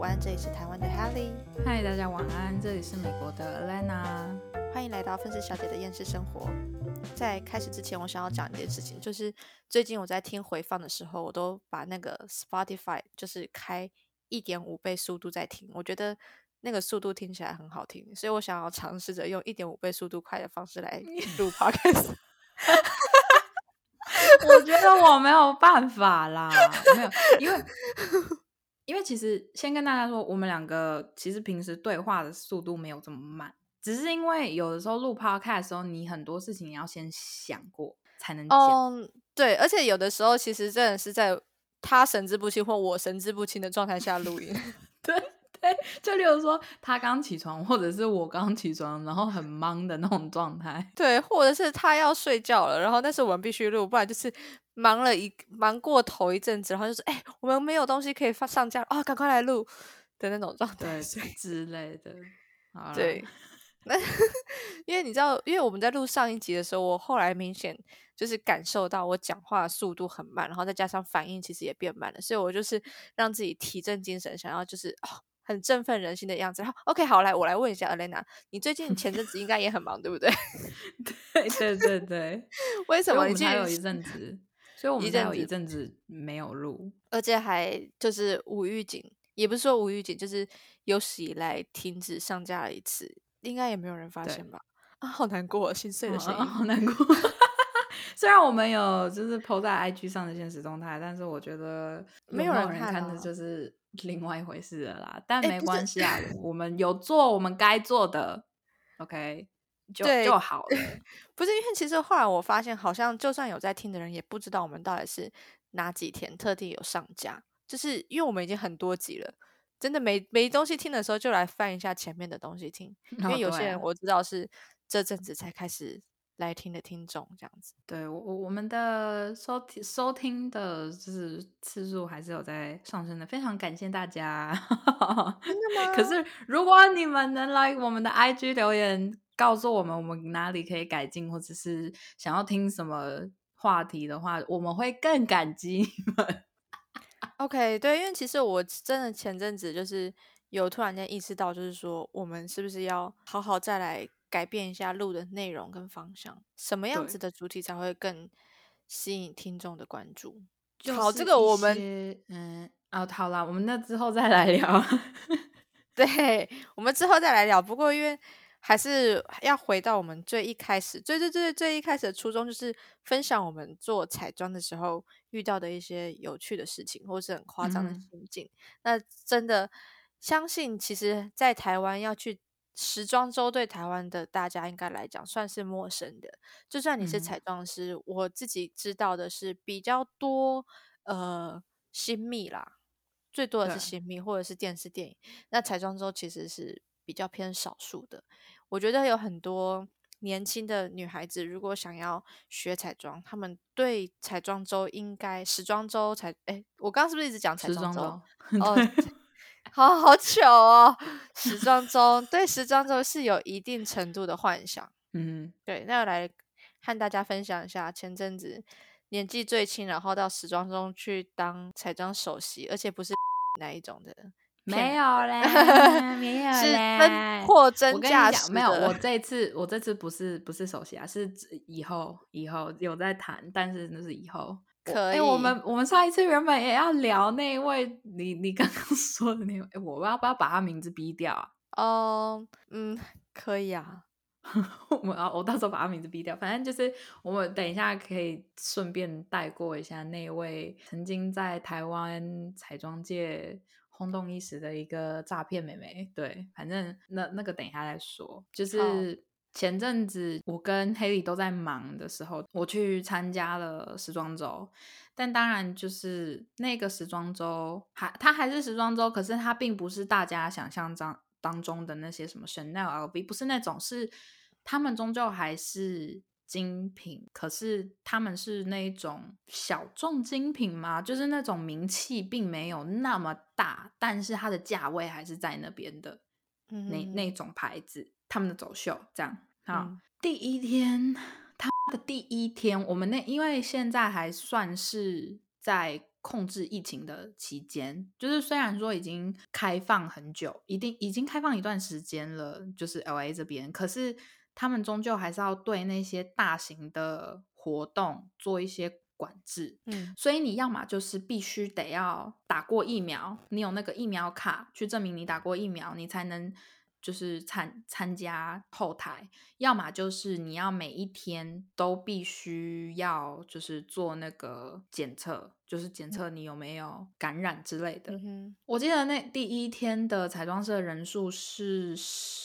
安，这里是台湾的 Haley。 嗨，大家晚安，这里是美国的 Lena。 欢迎来到分饰小姐的厌世生活。在开始之前，我想要讲一件事情，就是最近我在听回放的时候，我都把那个 Spotify 就是开1.5倍速度在听，我觉得那个速度听起来很好听，所以我想要尝试着用1.5倍速度快的方式来录 podcast。 我觉得我没有办法啦，没有，因为其实先跟大家说，我们两个其实平时对话的速度没有这么慢，只是因为有的时候录 podcast 的时候，你很多事情你要先想过才能讲。 对，而且有的时候其实真的是在他神志不清或我神志不清的状态下录音。 对对，就例如说他刚起床，或者是我刚起床，然后很忙的那种状态。 对，或者是他要睡觉了，然后但是我们必须录，不然就是忙过头一阵子，然后就是我们没有东西可以上架啊，赶快来录的那种状态。 对之类的。好啦， 对，那因为你知道，因为我们在录上一集的时候，我后来明显就是感受到我讲话的速度很慢，然后再加上反应其实也变慢了，所以我就是让自己提振精神，想要就是很振奋人心的样子。然后 OK， 好，我来问一下 Elena，你最近前阵子应该也很忙，对不对？ 对对对对， 为什所以我么你去们才有一阵子，所以我们才有一一阵子， 阵子没有录。 而且还就是无预警，也不是说无预警，就是有史以来停止上架了一次，应该也没有人发现对， 吧？啊，好难过，心碎的声音。 好难过。虽然我们有就是 po 在 IG 上的现实动态，但是我觉得没有人有没有人看啊。 看的就是另外一回事了啦。但没不是， 关系啊，我们有做我们该做的，OK，就对， 好了。 不是因为其实后来我发现，好像就算有在听的人，也不知道我们到底是哪几天特地有上架，就是因为我们已经很多集了，真的没东西听的时候，就来翻一下前面的东西听，因为有些人对啊， 我知道是这阵子才开始来听的听众这样子。 对我们的收听的就是次数还是有在上升的，非常感谢大家。 真的吗？ 可是如果你们能来我们的 IG 留言，告诉我们哪里可以改进，或者是想要听什么话题的话，我们会更感激你们。 OK，对，因为其实我真的前阵子就是有突然间意识到，就是说我们是不是要好好再来改变一下录的内容跟方向，什么样子对， 的主题才会更吸引听众的关注？好，这就是一个我们些好啦，我们那之后再来聊。 对，我们之后再来聊。不过因为还是要回到我们最一开始、最一开始的初衷，就是分享我们做彩妆的时候遇到的一些有趣的事情，或是很夸张的嗯， 心境。那真的相信，其实，在台湾要去时装周，对台湾的大家应该来讲算是陌生的。就算你是嗯， 彩妆师，我自己知道的是比较多新秘啦，最多的是对。 新秘或者是电视电影。那彩妆周其实是比较偏少数的。我觉得有很多年轻的女孩子，如果想要学彩妆，她们对彩妆周应该时装周我刚刚是不是一直讲彩妆周？ 时装周。 哦， 对。 好糗哦！时装周对时装周是有一定程度的幻想。 嗯， 对，那来和大家分享一下前阵子年纪最轻，然后到时装周去当彩妆首席，而且不是那一种的骗人没有的， 嘞，没有是嘞。我货真价跟你讲，没有， 实的。 我这次不是首席啊，是以后有在谈，但是那是以后。我可以们上一次原本也要聊那一位，你刚刚说的那位，我要不要把他名字逼掉啊？ 哦，可以啊。 我到时候把他名字逼掉，反正就是我们等一下可以顺便带过一下那位曾经在台湾彩妆界轰动一时的一个诈骗妹妹。对，反正那个等一下再说。就好， 是前阵子我跟黑莉都在忙的时候，我去参加了时装周。但当然，就是那个时装周，它还是时装周，可是它并不是大家想象当中的那些什么 Chanel、LV，不是那种，是他们终究还是精品，可是他们是那种小众精品嘛，就是那种名气并没有那么大，但是它的价位还是在那边的那嗯种牌子，他们的走秀这样。好， 嗯第一天，他的第一天，我们因为现在还算是在控制疫情的期间，就是虽然说已经开放很久，已经开放一段时间了，就是 LA 这边，可是他们终究还是要对那些大型的活动做一些管制。所以你要么就是必须得要打过疫苗，你有那个疫苗卡去证明你打过疫苗，你才能就是参加后台，要么就是你要每一天都必须要就是做那个检测，就是检测你有没有感染之类的。我记得那第一天的彩妆师的人数是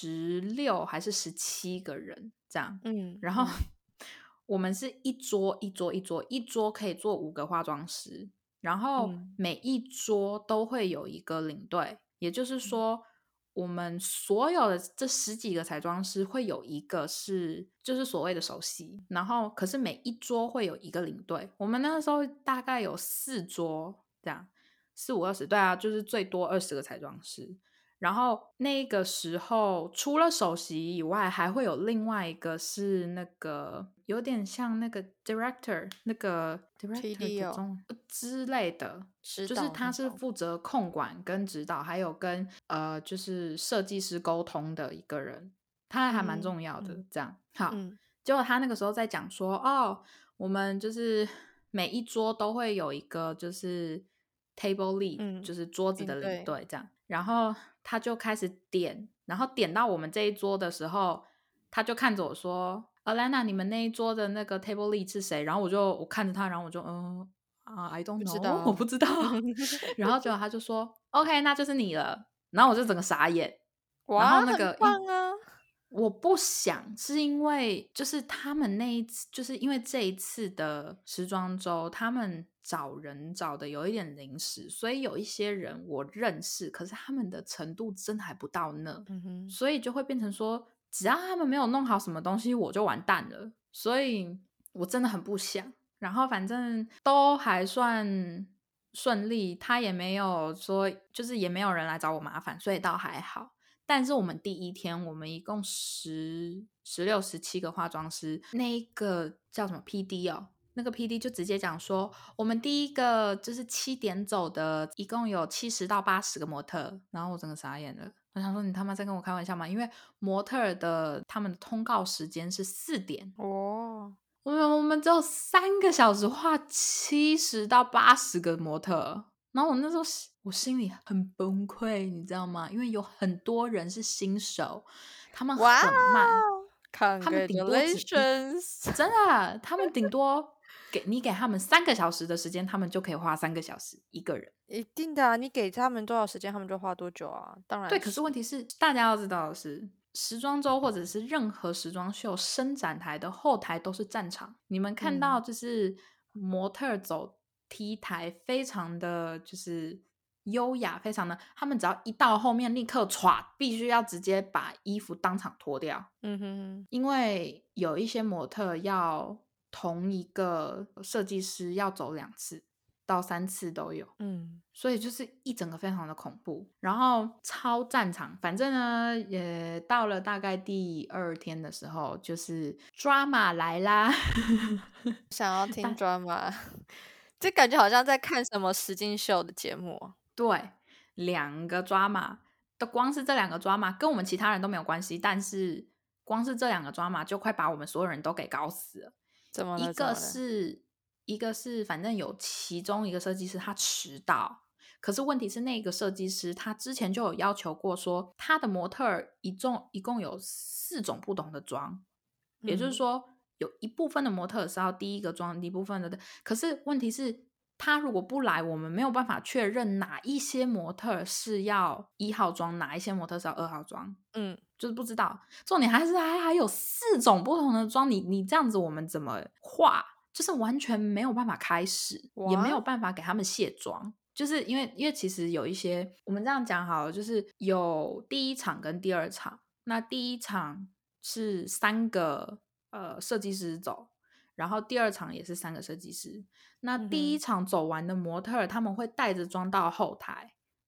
16还是17个人这样，然后我们是一桌可以坐5个化妆师，然后每一桌都会有一个领队，也就是说我们所有的这10几个彩妆师会有一个是就是所谓的首席，然后可是每一桌会有一个领队。我们那个时候大概有4桌这样，4、5、20，对啊，就是最多20个彩妆师。然后那个时候除了首席以外，还会有另外一个是那个有点像那个 director 那个 director 的中文之类的，就是他是负责控管跟指导，还有跟就是设计师沟通的一个人，他还蛮重要的。这样好，结果他那个时候在讲说，哦，我们就是每一桌都会有一个就是 table lead，就是桌子的领队这样，然后他就开始点，然后点到我们这一桌的时候，他就看着我说 Alana 你们那一桌的那个 table lead 是谁？然后我看着他，然后我就I don't know， 我不知道然后结果他就说 OK 那就是你了，然后我就整个傻眼。然后那个很棒啊， 我不想是因为就是他们那一次，就是因为这一次的时装周他们找人找的有一点临时，所以有一些人我认识，可是他们的程度真的还不到那，所以就会变成说只要他们没有弄好什么东西我就完蛋了，所以我真的很不想。然后反正都还算顺利，他也没有说就是也没有人来找我麻烦，所以倒还好。但是我们第一天我们一共16、17个化妆师，那一个叫什么 PD 哦，那个 PD 就直接讲说我们第一个就是7点走的一共有70到80个模特，然后我整个傻眼了，我想说你他妈在跟我开玩笑吗？因为模特的他们的通告时间是4点我们只有3个小时画70到80个模特，然后我那时候我心里很崩溃，你知道吗？因为有很多人是新手，他们很慢，他们顶多 Congratulations 真的，他们顶多给他们3个小时的时间，他们就可以花3个小时一个人。 一定的啊，你给他们多少时间，他们就花多久啊？当然对，可是问题是大家要知道的是，时装周或者是任何时装秀伸展台的后台都是战场，你们看到就是模特走 T 台非常的就是优雅，非常的他们只要一到后面立刻歘，必须要直接把衣服当场脱掉。因为有一些模特要同一个设计师要走2次到3次都有，所以就是一整个非常的恐怖，然后超战场。反正呢，也到了大概第2天的时候，就是 drama 来啦。 想要听 drama， 这感觉好像在看什么实境秀的节目。 对，2个 drama，光是这2个 drama 跟我们其他人都没有关系，但是光是这2个 drama 就快把我们所有人都给搞死了。 怎么了？ 一个是反正有其中一个设计师他迟到，可是问题是那个设计师他之前就有要求过说他的模特一共有4种不同的妆，也就是说有一部分的模特是要第一个妆，一部分的，可是问题是他如果不来，我们没有办法确认哪一些模特是要1号妆，哪一些模特是要2号妆，就是不知道。重点还有4种不同的妆，你这样子我们怎么画？就是完全没有办法开始，也没有办法给他们卸妆。就是因为其实有一些我们这样讲好了，就是有第1场跟第2场。那第1场是3个设计师走，然后第2场也是3个设计师。那第1场走完的模特他们会带着妆到后台，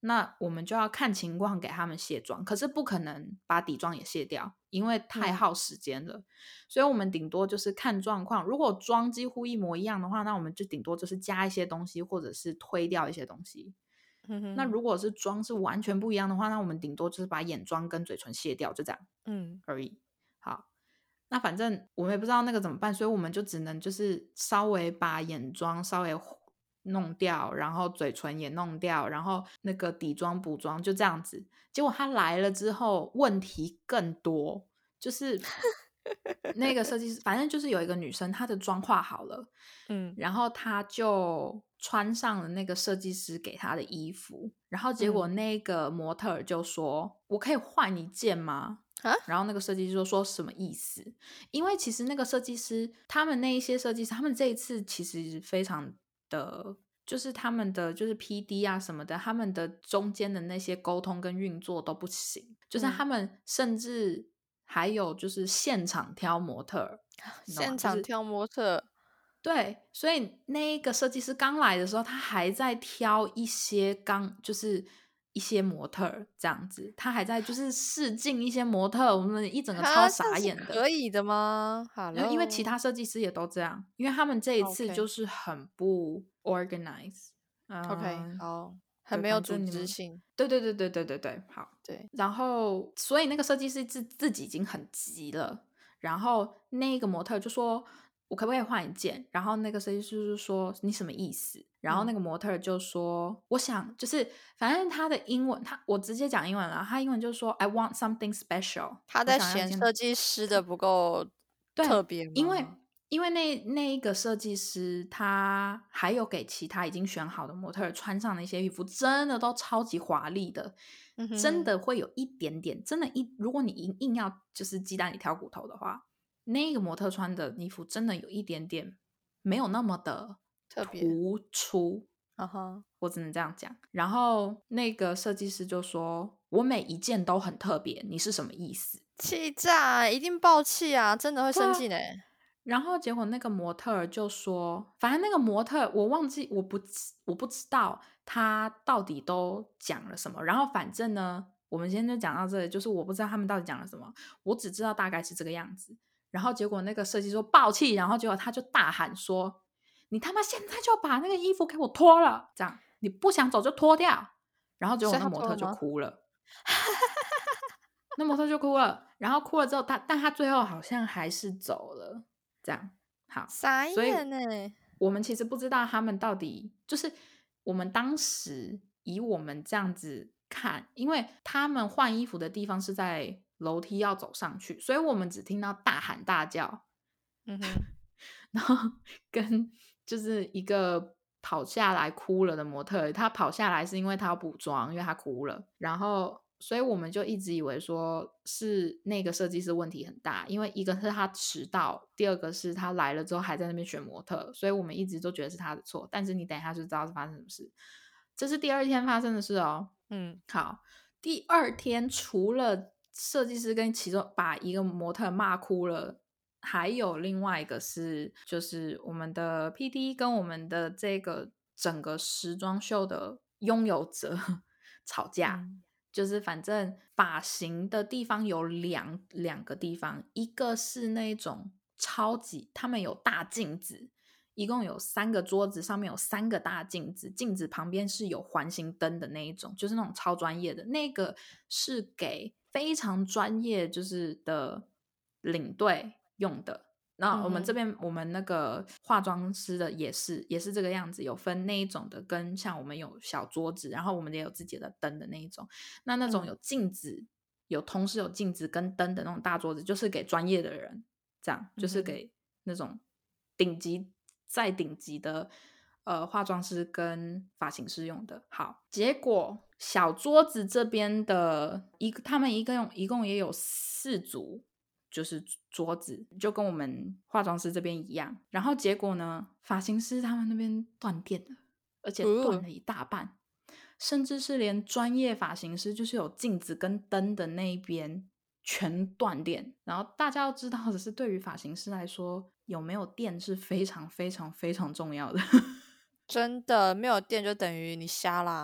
那我们就要看情况给他们卸妆，可是不可能把底妆也卸掉，因为太耗时间了。所以我们顶多就是看状况，如果妆几乎一模一样的话，那我们就顶多就是加一些东西，或者是推掉一些东西。那如果是妆是完全不一样的话，那我们顶多就是把眼妆跟嘴唇卸掉，就这样而已。好，那反正我们也不知道那个怎么办，所以我们就只能就是稍微把眼妆稍微弄掉，然后嘴唇也弄掉，然后那个底妆补妆，就这样子。结果他来了之后问题更多，就是那个设计师反正就是有一个女生她的妆化好了，然后她就穿上了那个设计师给她的衣服，然后结果那个模特儿就说我可以换一件吗？然后那个设计师就说什么意思？因为其实那个设计师他们那一些设计师他们这一次其实非常的就是他们的就是 PD 啊什么的，他们的中间的那些沟通跟运作都不行，就是他们甚至还有就是现场挑模特儿， 现场挑模特， 对，所以那个设计师刚来的时候，他还在挑一些就是一些模特儿这样子，他还在就是试镜一些模特儿，我们一整个超傻眼的。 可以的吗？ 因为其他设计师也都这样，因为他们这一次就是很不 organize。 OK， 好，很对， 没有组反正织性。 对，好。 对， 然后所以那个设计师自己已经很急了，然后那个模特就说我可不可以换一件，然后那个设计师就说你什么意思，然后那个模特就说我想就是反正他的英文我直接讲英文了，他英文就说 I want something special， 他在嫌设计师的不够特别吗？ 因为那一个设计师他还有给其他已经选好的模特儿穿上的一些衣服，真的都超级华丽的，真的会有一点点，真的如果你硬要就是鸡蛋里挑骨头的话，那个模特穿的衣服真的有一点点没有那么的特别突出，我只能这样讲。然后那个设计师就说：“我每一件都很特别，你是什么意思？” 气炸，一定爆气啊！真的会生气呢。 然后结果那个模特儿就说，反正那个模特我忘记我不知道他到底都讲了什么。然后反正呢，我们今天就讲到这里，就是我不知道他们到底讲了什么，我只知道大概是这个样子。然后结果那个设计师说爆气，然后结果他就大喊说：“你他妈现在就把那个衣服给我脱了，这样你不想走就脱掉。”然后结果那模特就哭了，那模特就哭了，然后哭了之后，但他最后好像还是走了。这样好， 傻所以眼呢。 我们其实不知道他们到底就是我们当时以我们这样子看，因为他们换衣服的地方是在楼梯要走上去，所以我们只听到大喊大叫，然后跟就是一个跑下来哭了的模特，他跑下来是因为他要补妆，因为他哭了，然后所以我们就一直以为说是那个设计师问题很大，因为一个是他迟到，第二个是他来了之后还在那边选模特，所以我们一直都觉得是他的错。但是你等一下就知道是发生什么事，这是第二天发生的事哦。好，第二天除了设计师跟其中把一个模特骂哭了，还有另外一个是就是我们的 PD 跟我们的这个整个时装秀的拥有者吵架。就是反正发型的地方有两个地方，一个是那种超级他们有大镜子，一共有3个桌子，上面有3个大镜子，镜子旁边是有环形灯的那一种，就是那种超专业的，那个是给非常专业就是的领队用的。那我们这边我们那个化妆师的也是这个样子，有分那一种的跟像我们有小桌子，然后我们也有自己的灯的那一种。那种有镜子，同时有镜子跟灯的那种大桌子，就是给专业的人，这样就是给那种再顶级的化妆师跟发型师用的。好，结果小桌子这边的他们一共也有4组。就是桌子就跟我们化妆师这边一样，然后结果呢，发型师他们那边断电了，而且断了一大半，甚至是连专业发型师就是有镜子跟灯的那一边全断电。然后大家要知道的是，对于发型师来说，有没有电是非常非常非常重要的。 真的没有电就等于你瞎啦。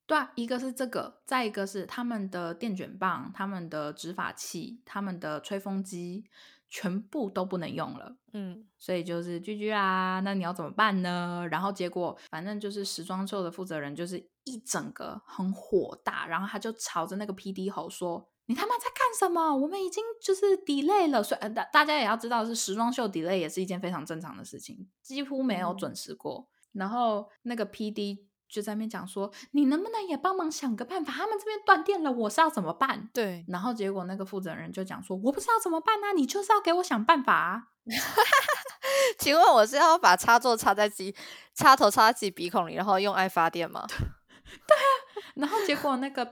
对啊，一个是这个，再一个是他们的电卷棒、他们的直发器、他们的吹风机，全部都不能用了。所以就是GG啦，那你要怎么办呢？然后结果反正就是时装秀的负责人就是一整个很火大，然后他就朝着那个 PD 吼说：“你他妈在干什么？我们已经就是 delay 了。”所以大家也要知道，是时装秀 delay 也是一件非常正常的事情，几乎没有准时过。然后那个 PD 就在那边讲说：“你能不能也帮忙想个办法？他们这边断电了，我是要怎么办？” 对， 然后结果那个负责人就讲说：“我不知道怎么办啊，你就是要给我想办法啊。” 请问我是要把插头插在自己鼻孔里，然后用爱发电吗？ 然后结果那个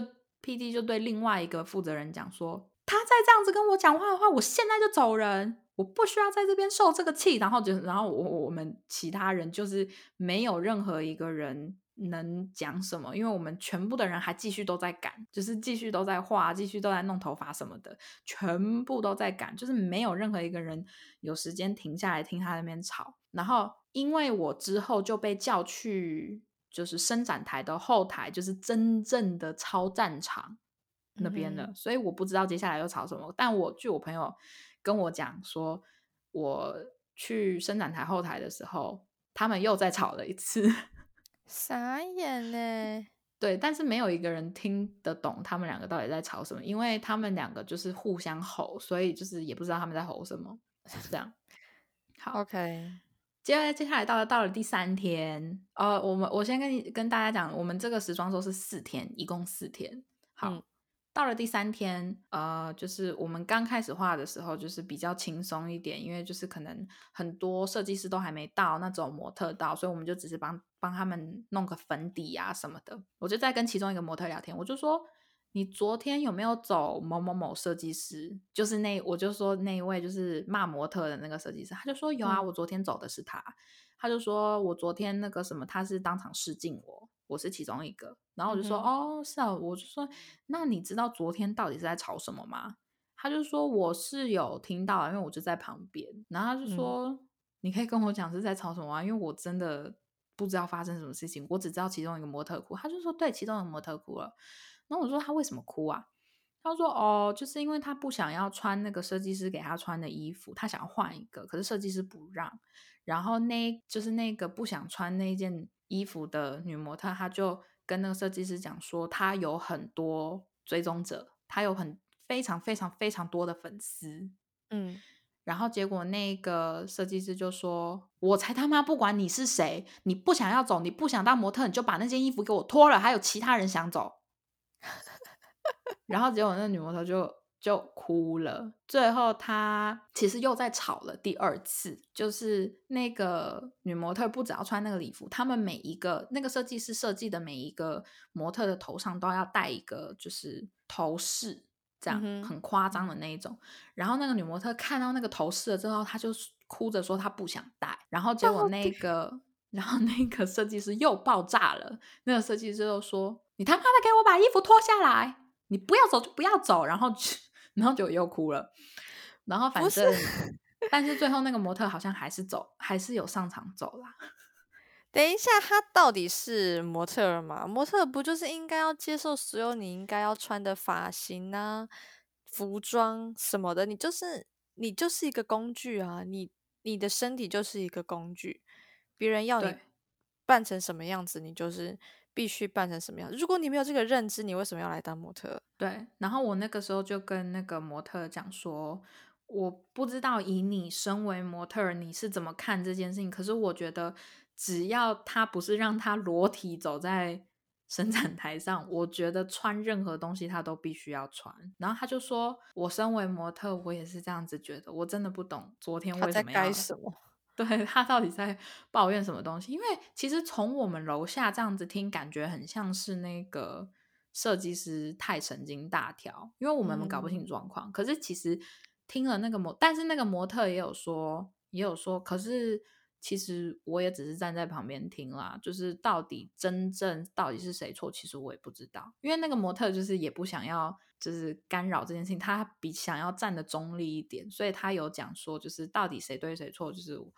PD 就对另外一个负责人讲说：“他再这样子跟我讲话的话，我现在就走人，我不需要在这边受这个气。”然后我们其他人就是没有任何一个人能讲什么，因为我们全部的人还继续都在赶，就是继续都在画，继续都在弄头发什么的，全部都在赶，就是没有任何一个人有时间停下来听他在那边吵。然后因为我之后就被叫去就是伸展台的后台，就是真正的超战场那边的，所以我不知道接下来又吵什么。但据我朋友跟我讲说，我去伸展台后台的时候，他们又再吵了一次。 傻眼呢。 对，但是没有一个人听得懂他们两个到底在吵什么，因为他们两个就是互相吼，所以就是也不知道他们在吼什么。这样好。 OK， 接下来到了第3天，我先跟大家讲，我们这个时装周是4天，一共4天。好，到了第3天，就是我们刚开始画的时候，就是比较轻松一点，因为就是可能很多设计师都还没到，那种模特到，所以我们就只是帮他们弄个粉底啊什么的。我就在跟其中一个模特聊天，我就说：你昨天有没有走某某某设计师？就是我就说那一位就是骂模特的那个设计师，他就说有啊，我昨天走的是他。他就说我昨天那个什么，他是当场试镜我是其中一个。然后我就说哦是啊，我就说那你知道昨天到底是在吵什么吗？他就说我是有听到，因为我就在旁边。然后他就说你可以跟我讲是在吵什么吗？因为我真的不知道发生什么事情，我只知道其中一个模特哭。他就说对，其中一个模特哭了。然后我说他为什么哭啊？他说哦，就是因为他不想要穿那个设计师给他穿的衣服，他想要换一个，可是设计师不让。然后就是那个不想穿那件衣服的女模特，她就跟那个设计师讲说，她有很多追踪者，她有非常非常非常多的粉丝。然后结果那个设计师就说：“我才他妈不管你是谁，你不想要走，你不想当模特，你就把那件衣服给我脱了。还有其他人想走。”然后结果那女模特就哭了。最后她其实又在吵了第2次，就是那个女模特不只要穿那个礼服，他们每一个那个设计师设计的每一个模特的头上都要戴一个就是头饰，这样很夸张的那一种。然后那个女模特看到那个头饰了之后，她就哭着说她不想戴。然后结果然后那个设计师又爆炸了，那个设计师就说：“你他妈的给我把衣服脱下来！你不要走就不要走。”然后就又哭了。然后反正，但是最后那个模特好像还是有上场走啦。 等一下，他到底是模特儿吗？模特儿不就是应该要接受所有你应该要穿的发型啊、服装什么的？你就是一个工具啊，你的身体就是一个工具，别人要你对扮成什么样子，你就是必须扮成什么样子。如果你没有这个认知，你为什么要来当模特儿？ 对，然后我那个时候就跟那个模特讲说，我不知道以你身为模特儿你是怎么看这件事情，可是我觉得只要他不是让他裸体走在伸展台上，我觉得穿任何东西他都必须要穿。然后他就说，我身为模特，我也是这样子觉得，我真的不懂昨天他在为什么要。 该什么？ 对，他到底在抱怨什么东西？因为其实从我们楼下这样子听，感觉很像是那个设计师太神经大条，因为我们搞不清楚状况。可是其实听了但是那个模特也有说，可是其实我也只是站在旁边听啦，就是真正到底是谁错，其实我也不知道。因为那个模特就是也不想要就是干扰这件事情，他比想要站的中立一点，所以他有讲说就是到底谁对谁错，就是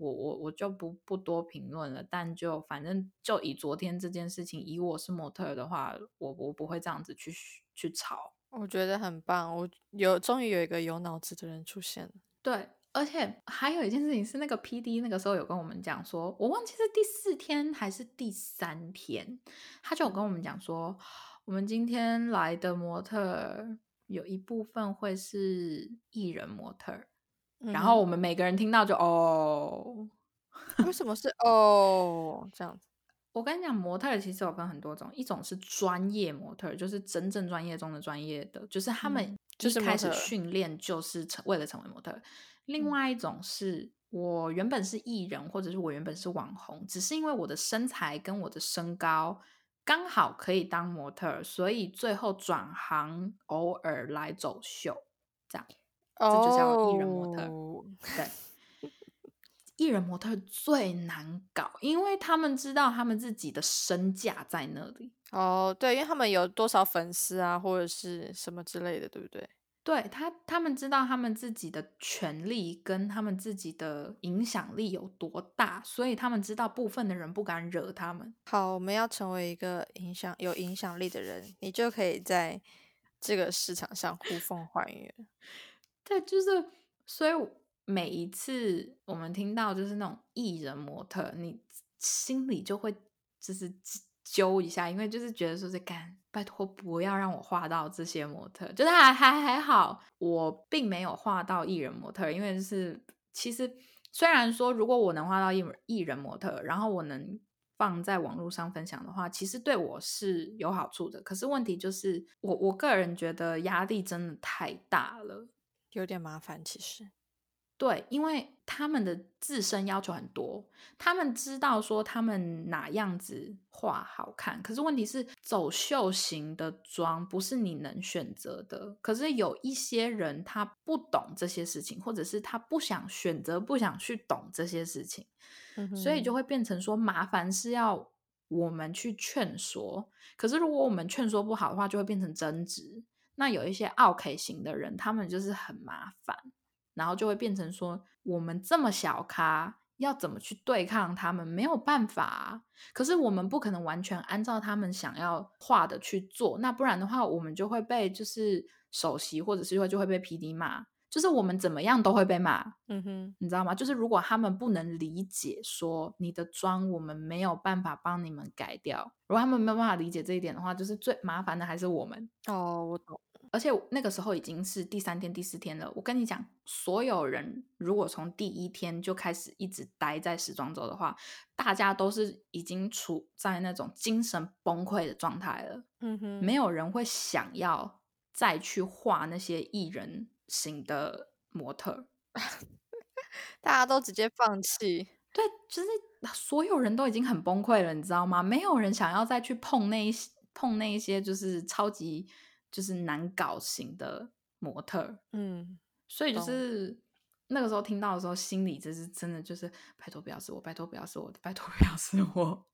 我就不多评论了，但就反正就以昨天这件事情，以我是模特儿的话，我不会这样子去吵。 我觉得很棒，终于有一个有脑子的人出现了。 对，而且还有一件事情是，那个 PD 那个时候有跟我们讲说，我忘记是第4天还是第3天，他就有跟我们讲说，我们今天来的模特儿有一部分会是艺人模特儿，然后我们每个人听到就哦。 为什么是这样子？ 我跟你讲，模特儿其实有分很多种，一种是专业模特儿，就是真正专业中的专业的，就是他们就是模一开始特儿。 训练就是为了成为模特儿。另外一种是我原本是艺人，或者是我原本是网红，只是因为我的身材跟我的身高刚好可以当模特儿，所以最后转行偶尔来走秀，这样这就叫艺人模特儿。对。艺人模特最难搞，因为他们知道他们自己的身价在那里。 对，因为他们有多少粉丝啊，或者是什么之类的，对不对？ 对，他们知道他们自己的权力跟他们自己的影响力有多大，所以他们知道部分的人不敢惹他们。 好，我们要成为一个有影响力的人，你就可以在这个市场上呼风唤雨。 对，就是所以每一次我们听到就是那种艺人模特，你心里就会就是揪一下，因为就是觉得说是干，拜托不要让我画到这些模特，就是还好，我并没有画到艺人模特，因为就是其实虽然说如果我能画到艺人模特，然后我能放在网络上分享的话，其实对我是有好处的。可是问题就是我个人觉得压力真的太大了。 有点麻烦，其实。 对，因为他们的自身要求很多，他们知道说他们哪样子画好看，可是问题是走秀型的妆不是你能选择的。可是有一些人他不懂这些事情，或者是他不想选择，不想去懂这些事情，所以就会变成说麻烦是要我们去劝说。可是如果我们劝说不好的话，就会变成争执。那有一些奥 K 型的人，他们就是很麻烦。然后就会变成说，我们这么小咖，要怎么去对抗他们？没有办法啊。可是我们不可能完全按照他们想要画的去做，那不然的话，我们就会被就是首席或者是就会被 PD 骂，就是我们怎么样都会被骂。你知道吗？就是如果他们不能理解说你的妆我们没有办法帮你们改掉，如果他们没有办法理解这一点的话，就是最麻烦的还是我们。 我懂。 而且那个时候已经是第3天、第4天了。我跟你讲，所有人如果从第1天就开始一直待在时装周的话，大家都是已经处在那种精神崩溃的状态了。没有人会想要再去画那些艺人型的模特。 大家都直接放弃。 对，就是所有人都已经很崩溃了，你知道吗？没有人想要再去碰那一些就是超级就是难搞型的模特。所以就是那个时候听到的时候，心里就是真的就是拜托不要是我，拜托不要是我，拜托不要是我。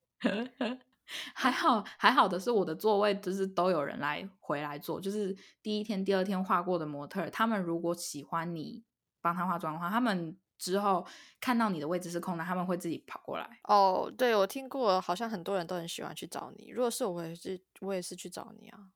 还好的是我的座位就是都有人回来坐，就是第1天、第2天画过的模特，他们如果喜欢你帮他化妆的话，他们之后看到你的位置是空的，他们会自己跑过来。 对，我听过，好像很多人都很喜欢去找你。如果是我也是去找你啊。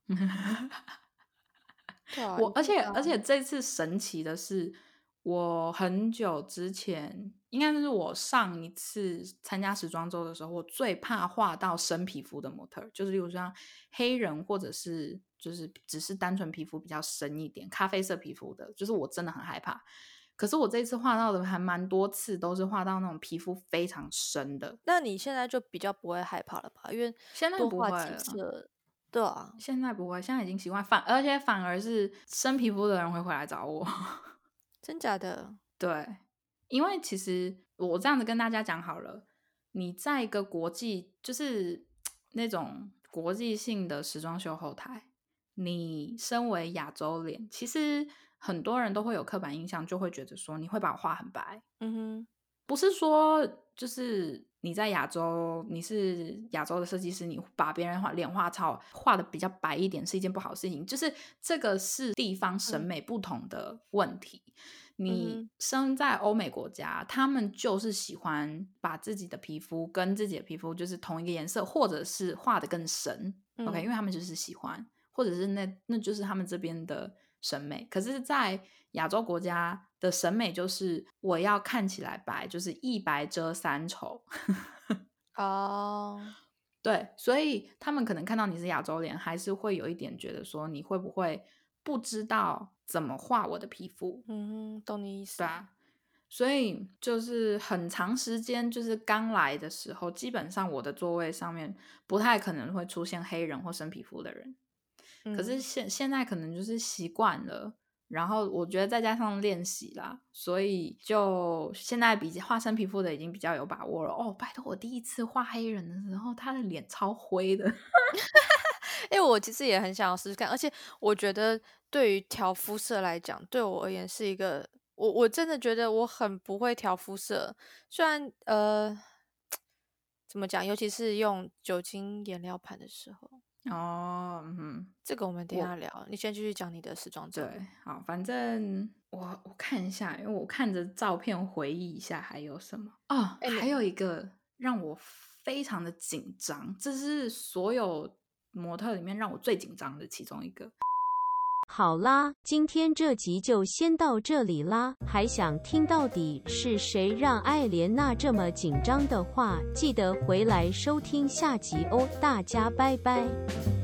对啊， 而且这次神奇的是，我很久之前，应该是我上一次参加时装周的时候，我最怕画到深皮肤的模特，就是例如像黑人或者是就是只是单纯皮肤比较深一点，咖啡色皮肤的，就是我真的很害怕。可是我这次画到的还蛮多次，都是画到那种皮肤非常深的。 那你现在就比较不会害怕了吧？因为现在不多画几会了。 次。对啊。 现在不会，现在已经习惯，而且反而是深皮肤的人会回来找我。 真假的？ 对，因为其实我这样子跟大家讲好了，你在一个国际就是那种国际性的时装秀后台，你身为亚洲脸，其实很多人都会有刻板印象，就会觉得说你会把我画很白。不是说就是你在亚洲，你是亚洲的设计师，你把别人脸画的比较白一点是一件不好的事情，就是这个是地方审美不同的问题。 你生在欧美国家，他们就是喜欢把自己的皮肤跟自己的皮肤就是同一个颜色，或者是画得更深、OK， 因为他们就是喜欢，或者是那就是他们这边的审美。可是在亚洲国家的审美就是我要看起来白，就是一白遮三丑哦， 对，所以他们可能看到你是亚洲脸，还是会有一点觉得说你会不会不知道怎么画我的皮肤。 懂你意思。 对啊，所以就是很长时间，就是刚来的时候，基本上我的座位上面不太可能会出现黑人或深皮肤的人。可是现在可能就是习惯了，然后我觉得再加上练习啦，所以就现在比画深皮肤的已经比较有把握了。哦，拜托，我第一次画黑人的时候，他的脸超灰的。 我其实也很想要试试看，而且我觉得对于调肤色来讲，对我而言是一个，我真的觉得我很不会调肤色，虽然怎么讲，尤其是用酒精颜料盘的时候。 哦， 这个我们等一下聊，你先继续讲你的时装周。 对，好，反正我看一下，因为我看着照片回忆一下还有什么哦，还有一个让我非常的紧张，这是所有模特里面让我最紧张的其中一个。 好啦，今天这集就先到这里啦。还想听到底是谁让艾莲娜这么紧张的话，记得回来收听下集哦。大家拜拜。